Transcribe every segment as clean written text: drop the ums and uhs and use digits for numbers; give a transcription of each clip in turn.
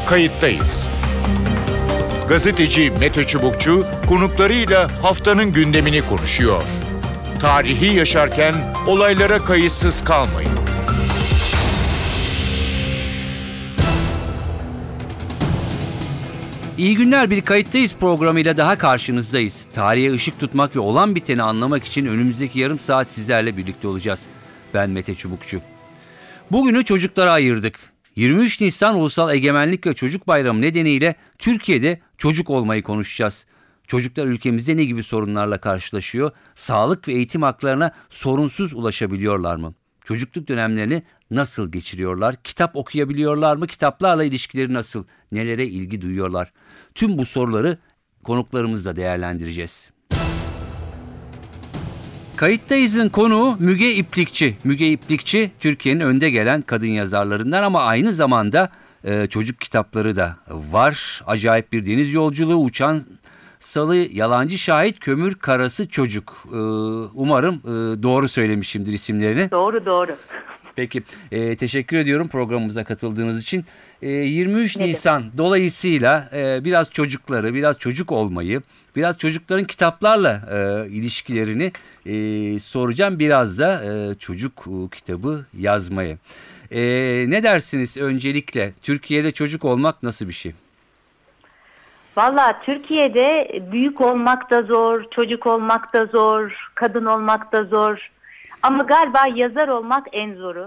Kayıttayız. Gazeteci Mete Çubukçu konuklarıyla haftanın gündemini konuşuyor. Tarihi yaşarken olaylara kayıtsız kalmayın. İyi günler, bir Kayıttayız programıyla daha karşınızdayız. Tarihe ışık tutmak ve olan biteni anlamak için önümüzdeki yarım saat sizlerle birlikte olacağız. Ben Mete Çubukçu. Bugünü çocuklara ayırdık. 23 Nisan Ulusal Egemenlik ve Çocuk Bayramı nedeniyle Türkiye'de çocuk olmayı konuşacağız. Çocuklar ülkemizde ne gibi sorunlarla karşılaşıyor? Sağlık ve eğitim haklarına sorunsuz ulaşabiliyorlar mı? Çocukluk dönemlerini nasıl geçiriyorlar? Kitap okuyabiliyorlar mı? Kitaplarla ilişkileri nasıl? Nelere ilgi duyuyorlar? Tüm bu soruları konuklarımızla değerlendireceğiz. Kayıttayız'ın konuğu Müge İplikçi. Müge İplikçi Türkiye'nin önde gelen kadın yazarlarından ama aynı zamanda çocuk kitapları da var. Acayip bir deniz yolculuğu, Uçan Salı, Yalancı Şahit, Kömür Karası Çocuk. Umarım doğru söylemişimdir isimlerini. Doğru. Peki, teşekkür ediyorum programımıza katıldığınız için. 23 Nisan dolayısıyla biraz çocukları, biraz çocuk olmayı, biraz çocukların kitaplarla ilişkilerini soracağım. Biraz da çocuk kitabı yazmayı. Ne dersiniz öncelikle? Türkiye'de çocuk olmak nasıl bir şey? Valla Türkiye'de büyük olmak da zor, çocuk olmak da zor, kadın olmak da zor. Ama galiba yazar olmak en zoru.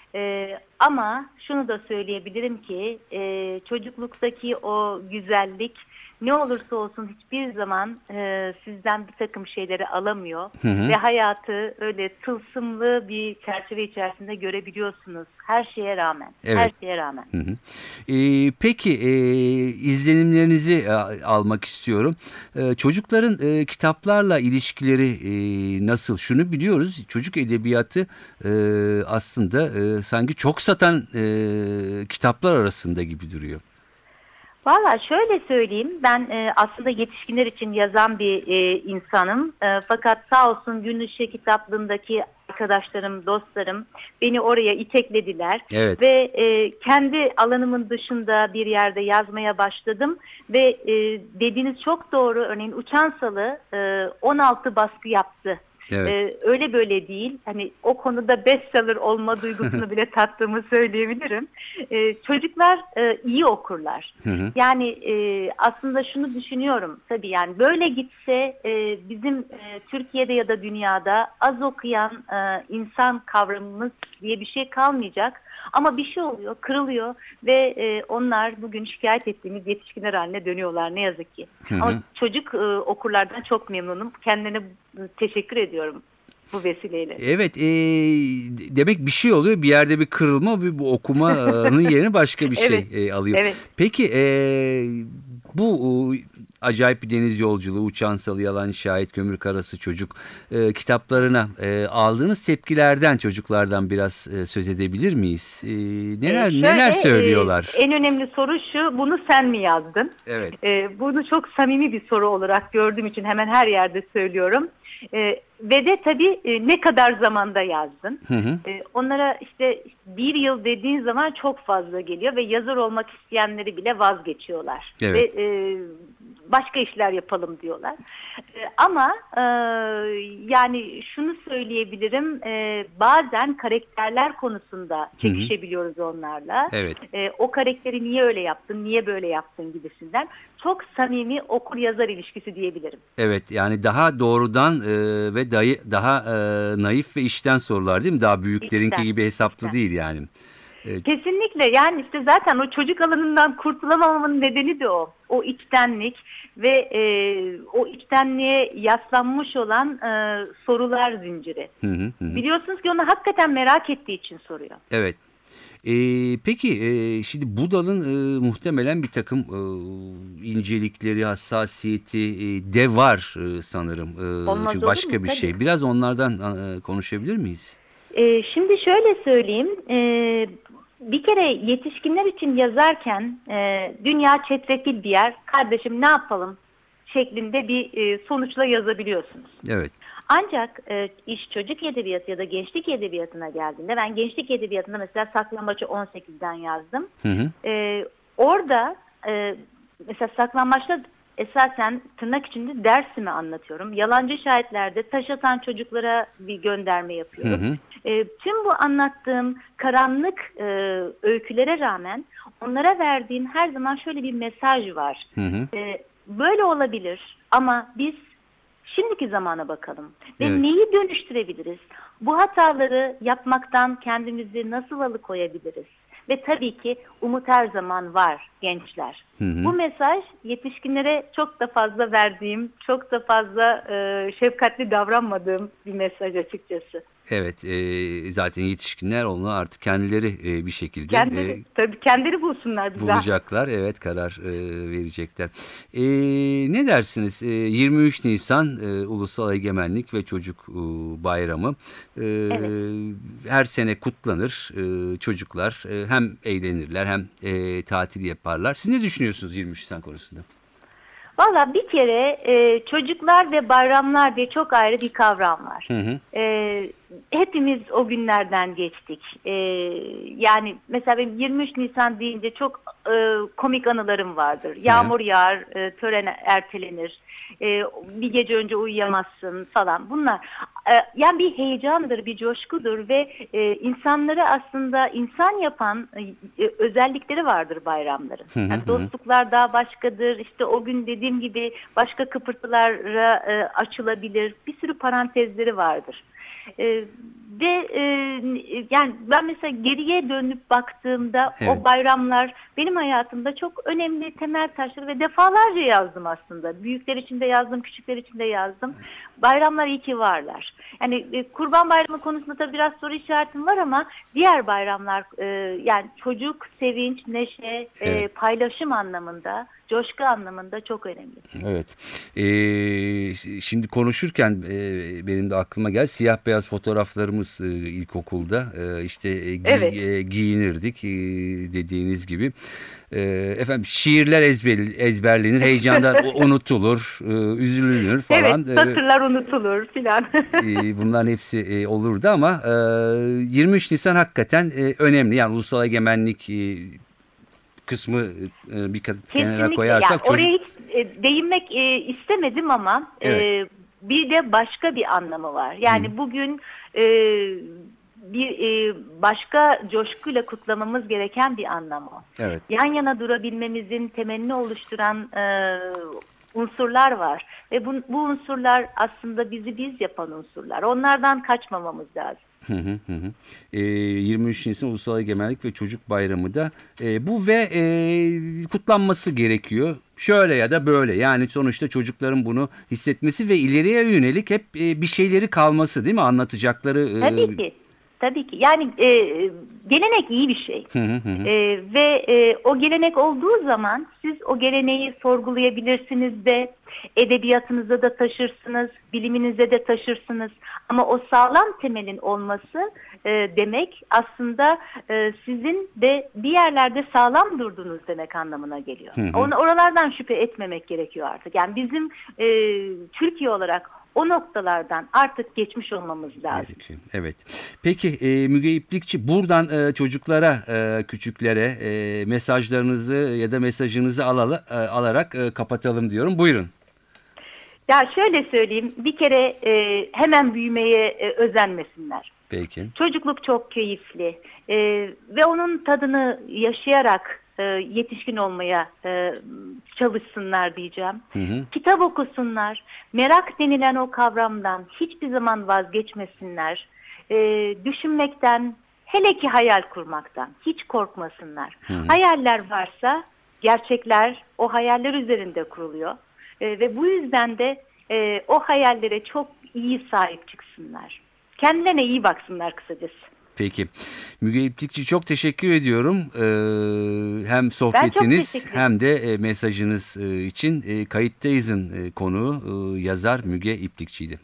Ama şunu da söyleyebilirim ki çocukluktaki o güzellik ne olursa olsun hiçbir zaman sizden bir takım şeyleri alamıyor. Ve hayatı öyle tılsımlı bir çerçeve içerisinde görebiliyorsunuz. Her şeye rağmen. Evet. Her şeye rağmen. Peki, izlenimlerinizi almak istiyorum. Çocukların kitaplarla ilişkileri nasıl? Şunu biliyoruz, çocuk edebiyatı aslında sanki çok satan kitaplar arasında gibi duruyor. Valla şöyle söyleyeyim, ben aslında yetişkinler için yazan bir insanım. Fakat sağ olsun Gün Işığı kitaplığındaki arkadaşlarım, dostlarım beni oraya iteklediler. Evet. Ve kendi alanımın dışında bir yerde yazmaya başladım. Ve dediğiniz çok doğru, örneğin Uçan Salı 16 baskı yaptı. Evet. Öyle böyle değil. Hani o konuda bestseller olma duygusunu bile tattığımı söyleyebilirim. Çocuklar iyi okurlar. Yani aslında şunu düşünüyorum. Tabii yani böyle gitse bizim Türkiye'de ya da dünyada az okuyan insan kavramımız diye bir şey kalmayacak. Ama bir şey oluyor, kırılıyor ve onlar bugün şikayet ettiğimiz yetişkinler haline dönüyorlar ne yazık ki. Ama çocuk okurlardan çok memnunum. Kendine teşekkür ediyorum bu vesileyle. Evet, demek bir şey oluyor, bir yerde bir kırılma, bu okumanın yerine başka bir şey alıyor. Evet. Peki, bu acayip bir deniz yolculuğu, Uçan Salı, Yalancı Şahit, Kömür Karası Çocuk kitaplarına aldığınız tepkilerden, çocuklardan biraz söz edebilir miyiz? Neler söylüyorlar? En önemli soru şu, bunu sen mi yazdın? Evet. Bunu çok samimi bir soru olarak gördüğüm için hemen her yerde söylüyorum. Ve de tabii ne kadar zamanda yazdın? Onlara işte bir yıl dediğin zaman çok fazla geliyor ve yazar olmak isteyenleri bile vazgeçiyorlar. Evet. Ve başka işler yapalım diyorlar. Ama yani şunu söyleyebilirim, bazen karakterler konusunda çekişebiliyoruz onlarla. Evet. O karakteri niye öyle yaptın, niye böyle yaptın gibisinden. Çok samimi okur-yazar ilişkisi diyebilirim. Evet, yani daha doğrudan ve daha naif ve içten sorular değil mi? Daha büyüklerinki gibi hesaplı değil yani. Kesinlikle, yani işte zaten o çocuk alanından kurtulamamamın nedeni de o. O içtenlik ve o içtenliğe yaslanmış olan sorular zinciri. Biliyorsunuz ki onu hakikaten merak ettiği için soruyor. Evet. Peki, şimdi bu dalın muhtemelen bir takım incelikleri, hassasiyeti de var sanırım. Çünkü başka bir şey. Biraz onlardan konuşabilir miyiz? Şimdi şöyle söyleyeyim. Bir kere yetişkinler için yazarken dünya çetrefil bir yer. Kardeşim ne yapalım şeklinde bir sonuçla yazabiliyorsunuz. Evet. Ancak iş çocuk edebiyatı ya da gençlik edebiyatına geldiğinde, ben gençlik edebiyatında mesela Saklambaç'ı 18'den yazdım. orada mesela saklambaçta esasen tırnak içinde dersimi anlatıyorum. Yalancı şahitlerde taş atan çocuklara bir gönderme yapıyorum. Tüm bu anlattığım karanlık öykülere rağmen onlara verdiğim her zaman şöyle bir mesaj var. Böyle olabilir ama biz şimdiki zamana bakalım ve Evet. neyi dönüştürebiliriz? Bu hataları yapmaktan kendimizi nasıl alıkoyabiliriz? Ve tabii ki umut her zaman var gençler. Bu mesaj yetişkinlere çok da fazla verdiğim, çok da fazla şefkatli davranmadığım bir mesaj açıkçası. Evet, zaten yetişkinler onu artık kendileri bir şekilde Tabii kendileri bulsunlar bize. bulacaklar. Evet, karar verecekler. Ne dersiniz? 23 Nisan Ulusal Egemenlik ve Çocuk Bayramı. Her sene kutlanır. Çocuklar hem eğlenirler hem tatil yaparlar. Siz ne düşünüyorsunuz 23 Nisan konusunda? Valla bir kere çocuklar ve bayramlar diye çok ayrı bir kavram var. Hepimiz o günlerden geçtik. Yani mesela benim 23 Nisan deyince çok komik anılarım vardır. Yağmur yağar, tören ertelenir, bir gece önce uyuyamazsın falan. Bunlar yani bir heyecandır, bir coşkudur ve insanları aslında insan yapan özellikleri vardır bayramların. Yani dostluklar daha başkadır. İşte o gün dediğim gibi başka kıpırtılara açılabilir. Bir sürü parantezleri vardır. Yani ben mesela geriye dönüp baktığımda o bayramlar benim hayatımda çok önemli temel taşları ve defalarca yazdım aslında. Büyükler için de yazdım, küçükler için de yazdım. Bayramlar iyi ki varlar. Yani Kurban Bayramı konusunda tabii biraz soru işaretim var ama diğer bayramlar yani çocuk, sevinç, neşe, paylaşım anlamında, coşku anlamında çok önemli. Evet. Şimdi konuşurken benim de aklıma geldi. Siyah beyaz fotoğraflarımız ilkokulda işte giyinirdik dediğiniz gibi. Efendim şiirler ezberlenir, heyecandan unutulur, üzülünür falan. Evet, satırlar unutulur filan. Bunların hepsi olurdu ama 23 Nisan hakikaten önemli. Yani ulusal egemenlik kısmı bir kenara koyarsak. Yani oraya hiç değinmek istemedim ama bir de başka bir anlamı var. Yani bugün bir başka coşkuyla kutlamamız gereken bir anlamı. Evet. Yan yana durabilmemizin temelini oluşturan unsurlar var. Ve bu unsurlar aslında bizi biz yapan unsurlar. Onlardan kaçmamamız lazım. 23 Nisan Ulusal Egemenlik ve Çocuk Bayramı da bu ve kutlanması gerekiyor. Şöyle ya da böyle, yani sonuçta çocukların bunu hissetmesi ve ileriye yönelik hep bir şeyleri kalması, değil mi, anlatacakları? Tabii ki. Tabii ki. Yani gelenek iyi bir şey. Ve o gelenek olduğu zaman siz o geleneği sorgulayabilirsiniz de, edebiyatınızda da taşırsınız, biliminizde de taşırsınız. Ama o sağlam temelin olması demek aslında sizin de bir yerlerde sağlam durduğunuz demek anlamına geliyor. Oralardan şüphe etmemek gerekiyor artık. Yani bizim Türkiye olarak o noktalardan artık geçmiş olmamız lazım. Evet. Peki Müge İplikçi, buradan çocuklara, küçüklere mesajlarınızı ya da mesajınızı alarak kapatalım diyorum. Buyurun. Ya şöyle söyleyeyim, bir kere hemen büyümeye özenmesinler. Peki. Çocukluk çok keyifli ve onun tadını yaşayarak yetişkin olmaya çalışsınlar diyeceğim. Kitap okusunlar, merak denilen o kavramdan hiçbir zaman vazgeçmesinler. Düşünmekten, hele ki hayal kurmaktan hiç korkmasınlar. Hayaller varsa gerçekler o hayaller üzerinde kuruluyor. Ve bu yüzden de o hayallere çok iyi sahip çıksınlar. Kendilerine iyi baksınlar kısacası. Peki. Müge İplikçi, çok teşekkür ediyorum. Hem sohbetiniz hem de mesajınız için. Kayıttayız'ın konuğu yazar Müge İplikçi'ydi.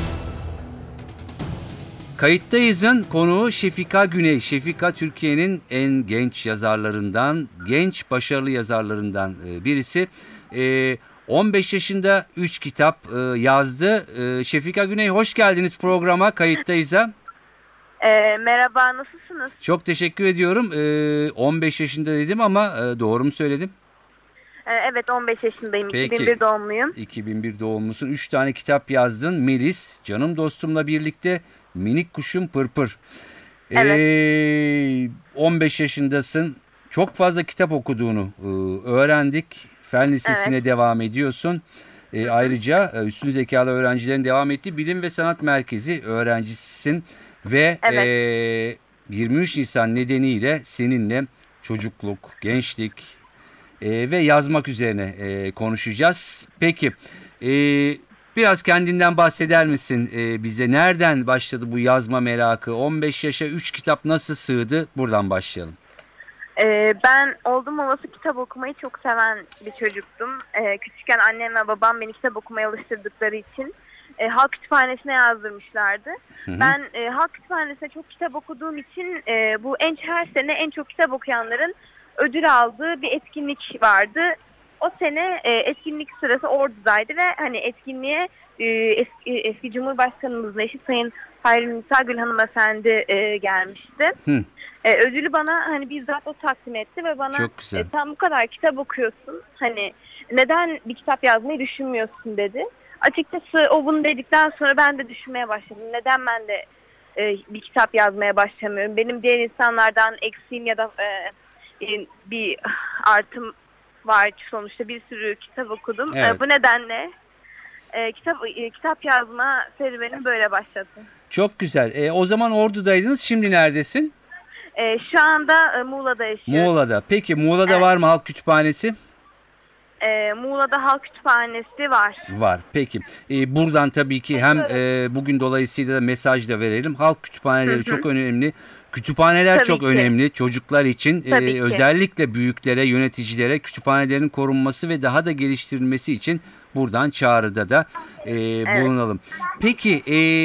Kayıttayız'ın konuğu Şefika Güney. Şefika Türkiye'nin en genç yazarlarından, genç başarılı yazarlarından birisi. 15 yaşında 3 kitap yazdı. Şefika Güney, hoş geldiniz programa, Kayıttayız'a. Merhaba, nasılsınız? Çok teşekkür ediyorum. 15 yaşında dedim ama doğru mu söyledim? Evet, 15 yaşındayım. Peki. 2001 doğumluyum. 2001 doğumlusun. 3 tane kitap yazdın. Melis, Canım Dostum'la birlikte Minik Kuşum Pırpır. Evet. 15 yaşındasın. Çok fazla kitap okuduğunu öğrendik. Fen Lisesi'ne devam ediyorsun. Ayrıca üstün zekalı öğrencilerin devam ettiği Bilim ve Sanat Merkezi öğrencisisin. Ve Evet. 23 Nisan nedeniyle seninle çocukluk, gençlik ve yazmak üzerine konuşacağız. Peki, biraz kendinden bahseder misin bize? Nereden başladı bu yazma merakı? 15 yaşa 3 kitap nasıl sığdı? Buradan başlayalım. Ben oldum olası kitap okumayı çok seven bir çocuktum. Küçükken annem ve babam beni kitap okumaya alıştırdıkları için halk kütüphanesine yazdırmışlardı. Hı. Ben halk kütüphanesine çok kitap okuduğum için bu her sene en çok kitap okuyanların ödül aldığı bir etkinlik vardı. O sene etkinlik sırası Ordu'daydı ve hani etkinliğe eski Cumhurbaşkanımızın eşi Sayın Hayri Nisa Gül hanımefendi gelmişti. Hı. Ödülü bana hani bizzat o takdim etti ve bana Çok güzel. sen bu kadar kitap okuyorsun, hani neden bir kitap yazmayı düşünmüyorsun dedi. Açıkçası o bunu dedikten sonra ben de düşünmeye başladım. Neden ben de bir kitap yazmaya başlamıyorum? Benim diğer insanlardan eksiğim ya da bir artım var, sonuçta bir sürü kitap okudum. Evet. Bu nedenle kitap yazma serüvenim böyle başladı. Çok güzel. O zaman Ordu'daydınız. Şimdi neredesin? Şu anda Muğla'da yaşıyorum. Muğla'da. Peki Muğla'da Evet. var mı halk kütüphanesi? Muğla'da halk kütüphanesi var. Var. Peki. Buradan tabii ki hem bugün dolayısıyla da mesaj da verelim. Halk kütüphaneleri çok önemli. Kütüphaneler Tabii çok ki. önemli çocuklar için. Tabii ki. Özellikle büyüklere, yöneticilere kütüphanelerin korunması ve daha da geliştirilmesi için buradan çağrıda da bulunalım. Peki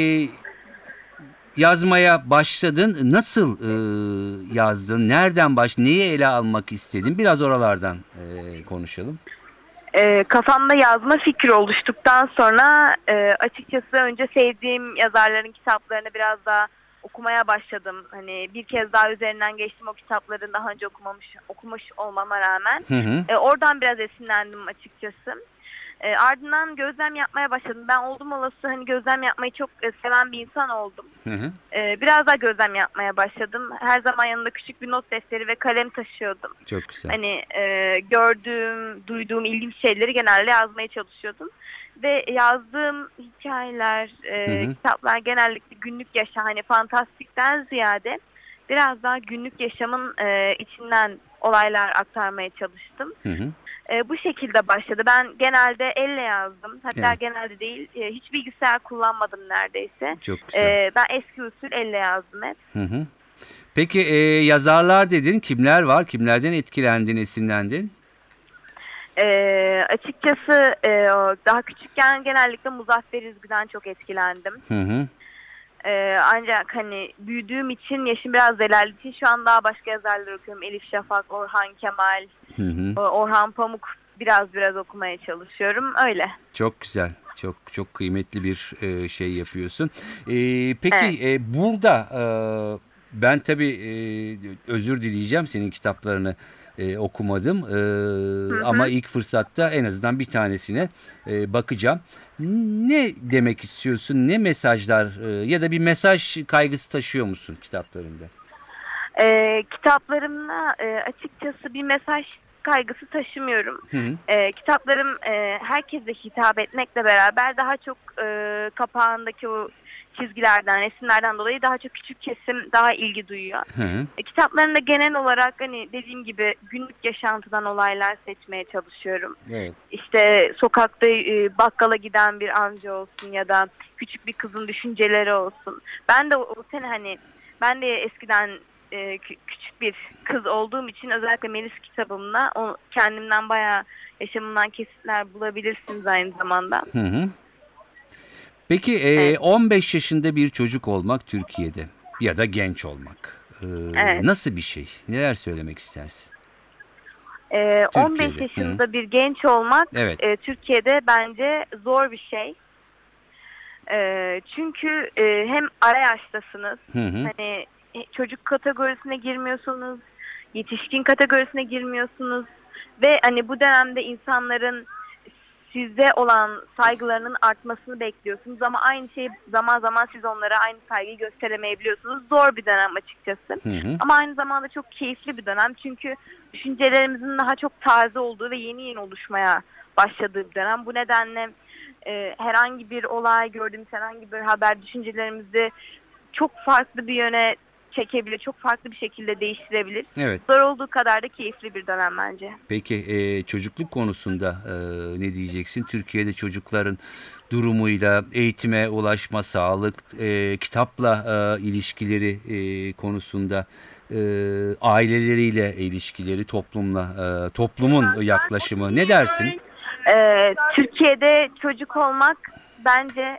yazmaya başladın. Nasıl yazdın? Nereden neyi ele almak istedin? Biraz oralardan konuşalım. Kafamda yazma fikri oluştuktan sonra açıkçası önce sevdiğim yazarların kitaplarını biraz daha okumaya başladım. Hani bir kez daha üzerinden geçtim o kitapları, daha önce okumuş olmama rağmen. Hı hı. Oradan biraz esinlendim açıkçası. Ardından gözlem yapmaya başladım. Ben oldum olası hani gözlem yapmayı çok seven bir insan oldum. Hı hı. Biraz daha gözlem yapmaya başladım. Her zaman yanımda küçük bir not defteri ve kalem taşıyordum. Çok güzel. Hani gördüğüm, duyduğum ilginç şeyleri genelde yazmaya çalışıyordum. Ve yazdığım hikayeler, kitaplar genellikle günlük yaşam, hani fantastikten ziyade biraz daha günlük yaşamın içinden olaylar aktarmaya çalıştım. Hı hı. Bu şekilde başladı. Ben genelde elle yazdım. Hatta Evet. genelde değil, hiç bilgisayar kullanmadım neredeyse. Çok güzel. Ben eski usul elle yazdım hep. Hı hı. Peki yazarlar dedin. Kimler var? Kimlerden etkilendin, esinlendin? Açıkçası daha küçükken genellikle Muzaffer İzgü'den çok etkilendim. Hı hı. Ancak hani büyüdüğüm için, yaşım biraz ilerlediği için şu an daha başka yazarlar okuyorum. Elif Şafak, Orhan Kemal, Hı hı. Orhan Pamuk biraz okumaya çalışıyorum. Öyle. Çok güzel. Çok çok kıymetli bir şey yapıyorsun. Peki Evet. burada ben tabii özür dileyeceğim, senin kitaplarını okumadım. Ama ilk fırsatta en azından bir tanesine bakacağım. Ne demek istiyorsun? Ne mesajlar ya da bir mesaj kaygısı taşıyor musun kitaplarında? Kitaplarımda açıkçası bir mesaj kaygısı taşımıyorum. Hı hı. Kitaplarım herkese hitap etmekle beraber daha çok kapağındaki o çizgilerden, resimlerden dolayı daha çok küçük kesim daha ilgi duyuyor. Hı hı. Kitaplarımda genel olarak hani dediğim gibi günlük yaşantıdan olaylar seçmeye çalışıyorum. Evet. İşte sokakta bakkala giden bir amca olsun ya da küçük bir kızın düşünceleri olsun. Ben de o sene hani ben de eskiden küçük bir kız olduğum için özellikle Melis kitabımda kendimden bayağı yaşamımdan kesitler bulabilirsiniz aynı zamanda. Hı hı. Peki Evet. 15 yaşında bir çocuk olmak Türkiye'de ya da genç olmak Evet. nasıl bir şey? Neler söylemek istersin? 15 Türkiye'de. yaşında bir genç olmak Evet. Türkiye'de bence zor bir şey. Çünkü hem ara yaştasınız. Hani çocuk kategorisine girmiyorsunuz, yetişkin kategorisine girmiyorsunuz ve hani bu dönemde insanların size olan saygılarının artmasını bekliyorsunuz ama aynı şeyi zaman zaman siz onlara aynı saygıyı gösteremeyebiliyorsunuz. Zor bir dönem açıkçası. Ama aynı zamanda çok keyifli bir dönem çünkü düşüncelerimizin daha çok taze olduğu ve yeni yeni oluşmaya başladığı bir dönem. Bu nedenle herhangi bir olay, gördüğümüz herhangi bir haber düşüncelerimizi çok farklı bir yöne çekebilir, çok farklı bir şekilde değiştirebilir. Evet. Zor olduğu kadar da keyifli bir dönem bence. Peki çocukluk konusunda ne diyeceksin? Türkiye'de çocukların durumuyla, eğitime ulaşma, sağlık, kitapla ilişkileri konusunda, aileleriyle ilişkileri, toplumun yaklaşımı ne dersin? Türkiye'de çocuk olmak bence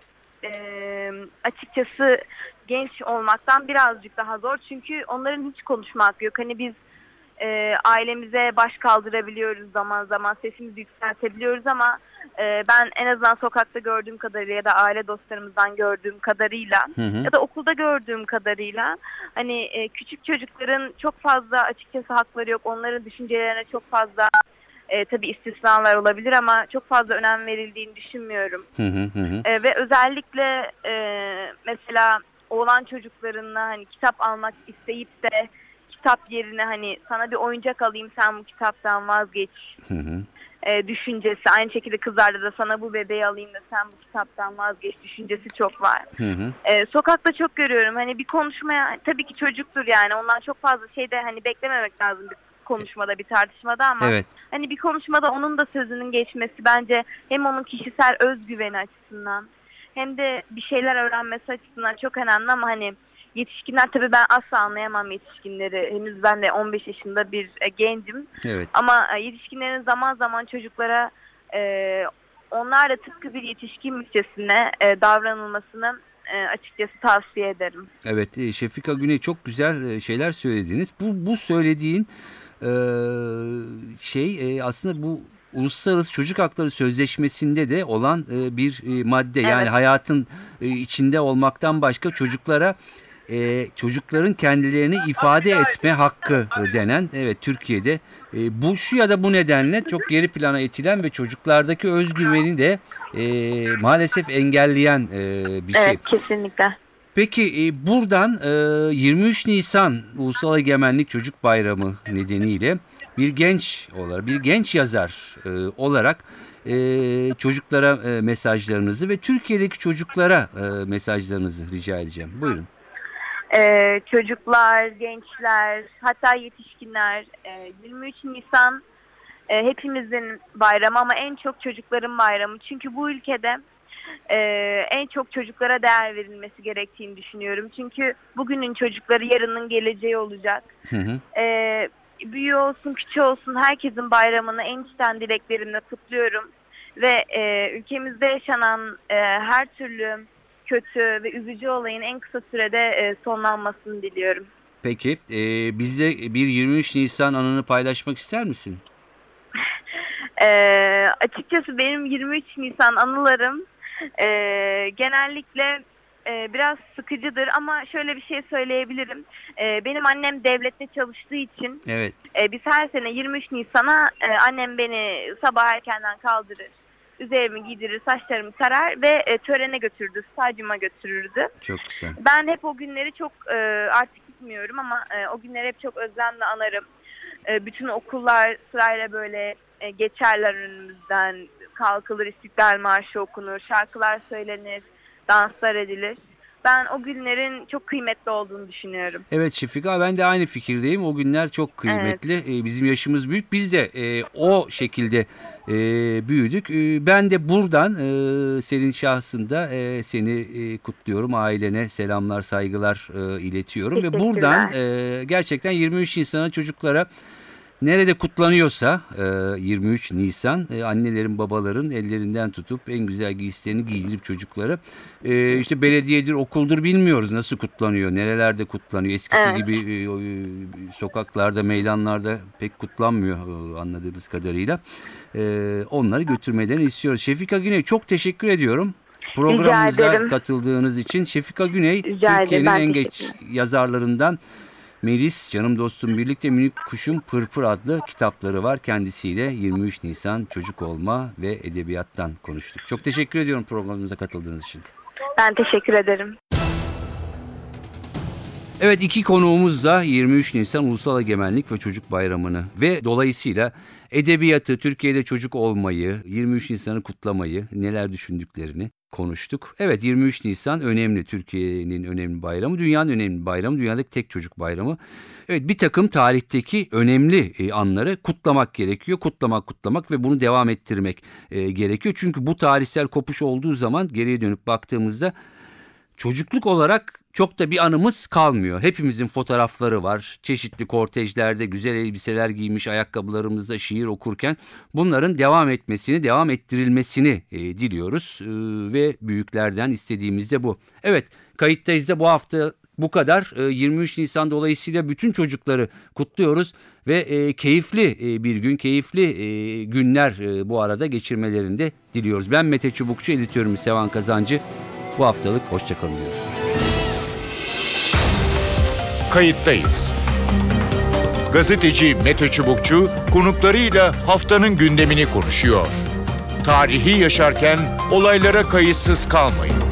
açıkçası genç olmaktan birazcık daha zor. Çünkü onların hiç konuşma hakkı yok. Hani biz ailemize baş kaldırabiliyoruz zaman zaman, sesimizi yükseltebiliyoruz ama ben en azından sokakta gördüğüm kadarıyla ya da aile dostlarımızdan gördüğüm kadarıyla ya da okulda gördüğüm kadarıyla hani küçük çocukların çok fazla açıkçası hakları yok. Onların düşüncelerine çok fazla tabii istisnalar olabilir ama çok fazla önem verildiğini düşünmüyorum. Ve özellikle mesela oğlan çocuklarına hani kitap almak isteyip de kitap yerine hani sana bir oyuncak alayım sen bu kitaptan vazgeç düşüncesi. Aynı şekilde kızlarda da sana bu bebeği alayım da sen bu kitaptan vazgeç düşüncesi çok var. Sokakta çok görüyorum. Hani bir konuşmaya tabii ki çocuktur yani ondan çok fazla şeyde hani beklememek lazım bir konuşmada, bir tartışmada ama hani bir konuşmada onun da sözünün geçmesi bence hem onun kişisel özgüveni açısından hem de bir şeyler öğrenmesi açısından çok önemli ama hani yetişkinler tabii ben asla anlayamam yetişkinleri. Henüz ben de 15 yaşında bir gencim. Evet. Ama yetişkinlerin zaman zaman çocuklara onlar da tıpkı bir yetişkinmişçesine davranılmasını açıkçası tavsiye ederim. Evet, Şefika Güney çok güzel şeyler söylediniz. Bu söylediğin aslında bu Uluslararası Çocuk Hakları Sözleşmesi'nde de olan bir madde. Evet. Yani hayatın içinde olmaktan başka çocukların kendilerini ifade etme hakkı denen, evet, Türkiye'de bu şu ya da bu nedenle çok geri plana itilen ve çocuklardaki özgüveni de maalesef engelleyen bir şey. Evet, kesinlikle. Peki buradan 23 Nisan Ulusal Egemenlik Çocuk Bayramı nedeniyle bir genç yazar olarak çocuklara mesajlarınızı ve Türkiye'deki çocuklara mesajlarınızı rica edeceğim. Buyurun. Çocuklar, gençler, hatta yetişkinler 23 Nisan hepimizin bayramı ama en çok çocukların bayramı. Çünkü bu ülkede en çok çocuklara değer verilmesi gerektiğini düşünüyorum. Çünkü bugünün çocukları yarının geleceği olacak. Büyüğü olsun, küçüğü olsun herkesin bayramını en içten dileklerimle kutluyorum. Ve ülkemizde yaşanan her türlü kötü ve üzücü olayın en kısa sürede sonlanmasını diliyorum. Peki bizle bir 23 Nisan anını paylaşmak ister misin? Açıkçası benim 23 Nisan anılarım genellikle biraz sıkıcıdır ama şöyle bir şey söyleyebilirim. Benim annem devlette çalıştığı için evet. Biz her sene 23 Nisan'a annem beni sabah erkenden kaldırır. Üzerimi giydirir, saçlarımı sarar ve törene götürdü, stadyuma götürürdü. Çok güzel. Ben hep o günleri çok artık gitmiyorum ama o günleri hep çok özlemle anarım. Bütün okullar sırayla böyle geçerler önümüzden, kalkılır, İstiklal Marşı okunur, şarkılar söylenir, danslar edilir. Ben o günlerin çok kıymetli olduğunu düşünüyorum. Evet Şefika, ben de aynı fikirdeyim. O günler çok kıymetli. Evet. Bizim yaşımız büyük. Biz de o şekilde büyüdük. Ben de buradan senin şahsında seni kutluyorum. Ailene selamlar, saygılar iletiyorum. Ve buradan gerçekten 23 Nisan'a çocuklara nerede kutlanıyorsa 23 Nisan annelerin babaların ellerinden tutup en güzel giysilerini giydirip çocuklara işte belediyedir, okuldur, bilmiyoruz nasıl kutlanıyor, nerelerde kutlanıyor. Eskisi gibi sokaklarda, meydanlarda pek kutlanmıyor anladığımız kadarıyla. Onları götürmelerini istiyoruz. Şefika Güney, çok teşekkür ediyorum. programımıza ederim. katıldığınız için. Şefika Güney, Rica ederim. Türkiye'nin Ben en teşekkür geç ederim. yazarlarından. Melis, canım dostum birlikte Minik Kuşum Pırpır adlı kitapları var. Kendisiyle 23 Nisan çocuk olma ve edebiyattan konuştuk. Çok teşekkür ediyorum programımıza katıldığınız için. Ben teşekkür ederim. Evet, iki konuğumuz da 23 Nisan Ulusal Egemenlik ve Çocuk Bayramı'nı ve dolayısıyla edebiyatı, Türkiye'de çocuk olmayı, 23 Nisan'ı kutlamayı, neler düşündüklerini konuştuk. Evet, 23 Nisan önemli, Türkiye'nin önemli bayramı, dünyanın önemli bayramı, dünyadaki tek çocuk bayramı. Evet, bir takım tarihteki önemli anları kutlamak gerekiyor. Kutlamak ve bunu devam ettirmek gerekiyor. Çünkü bu tarihsel kopuş olduğu zaman geriye dönüp baktığımızda çocukluk olarak çok da bir anımız kalmıyor. Hepimizin fotoğrafları var. Çeşitli kortejlerde güzel elbiseler giymiş, ayakkabılarımızda şiir okurken bunların devam etmesini, devam ettirilmesini diliyoruz. Ve büyüklerden istediğimiz de bu. Evet, kayıttayız da bu hafta bu kadar. 23 Nisan dolayısıyla bütün çocukları kutluyoruz ve keyifli bir gün, keyifli günler bu arada geçirmelerini de diliyoruz. Ben Mete Çubukçu, editörüm Sevan Kazancı. Bu haftalık hoşçakalın diyoruz. Kayıttayız. Gazeteci Mete Çubukçu konuklarıyla haftanın gündemini konuşuyor. Tarihi yaşarken olaylara kayıtsız kalmayın.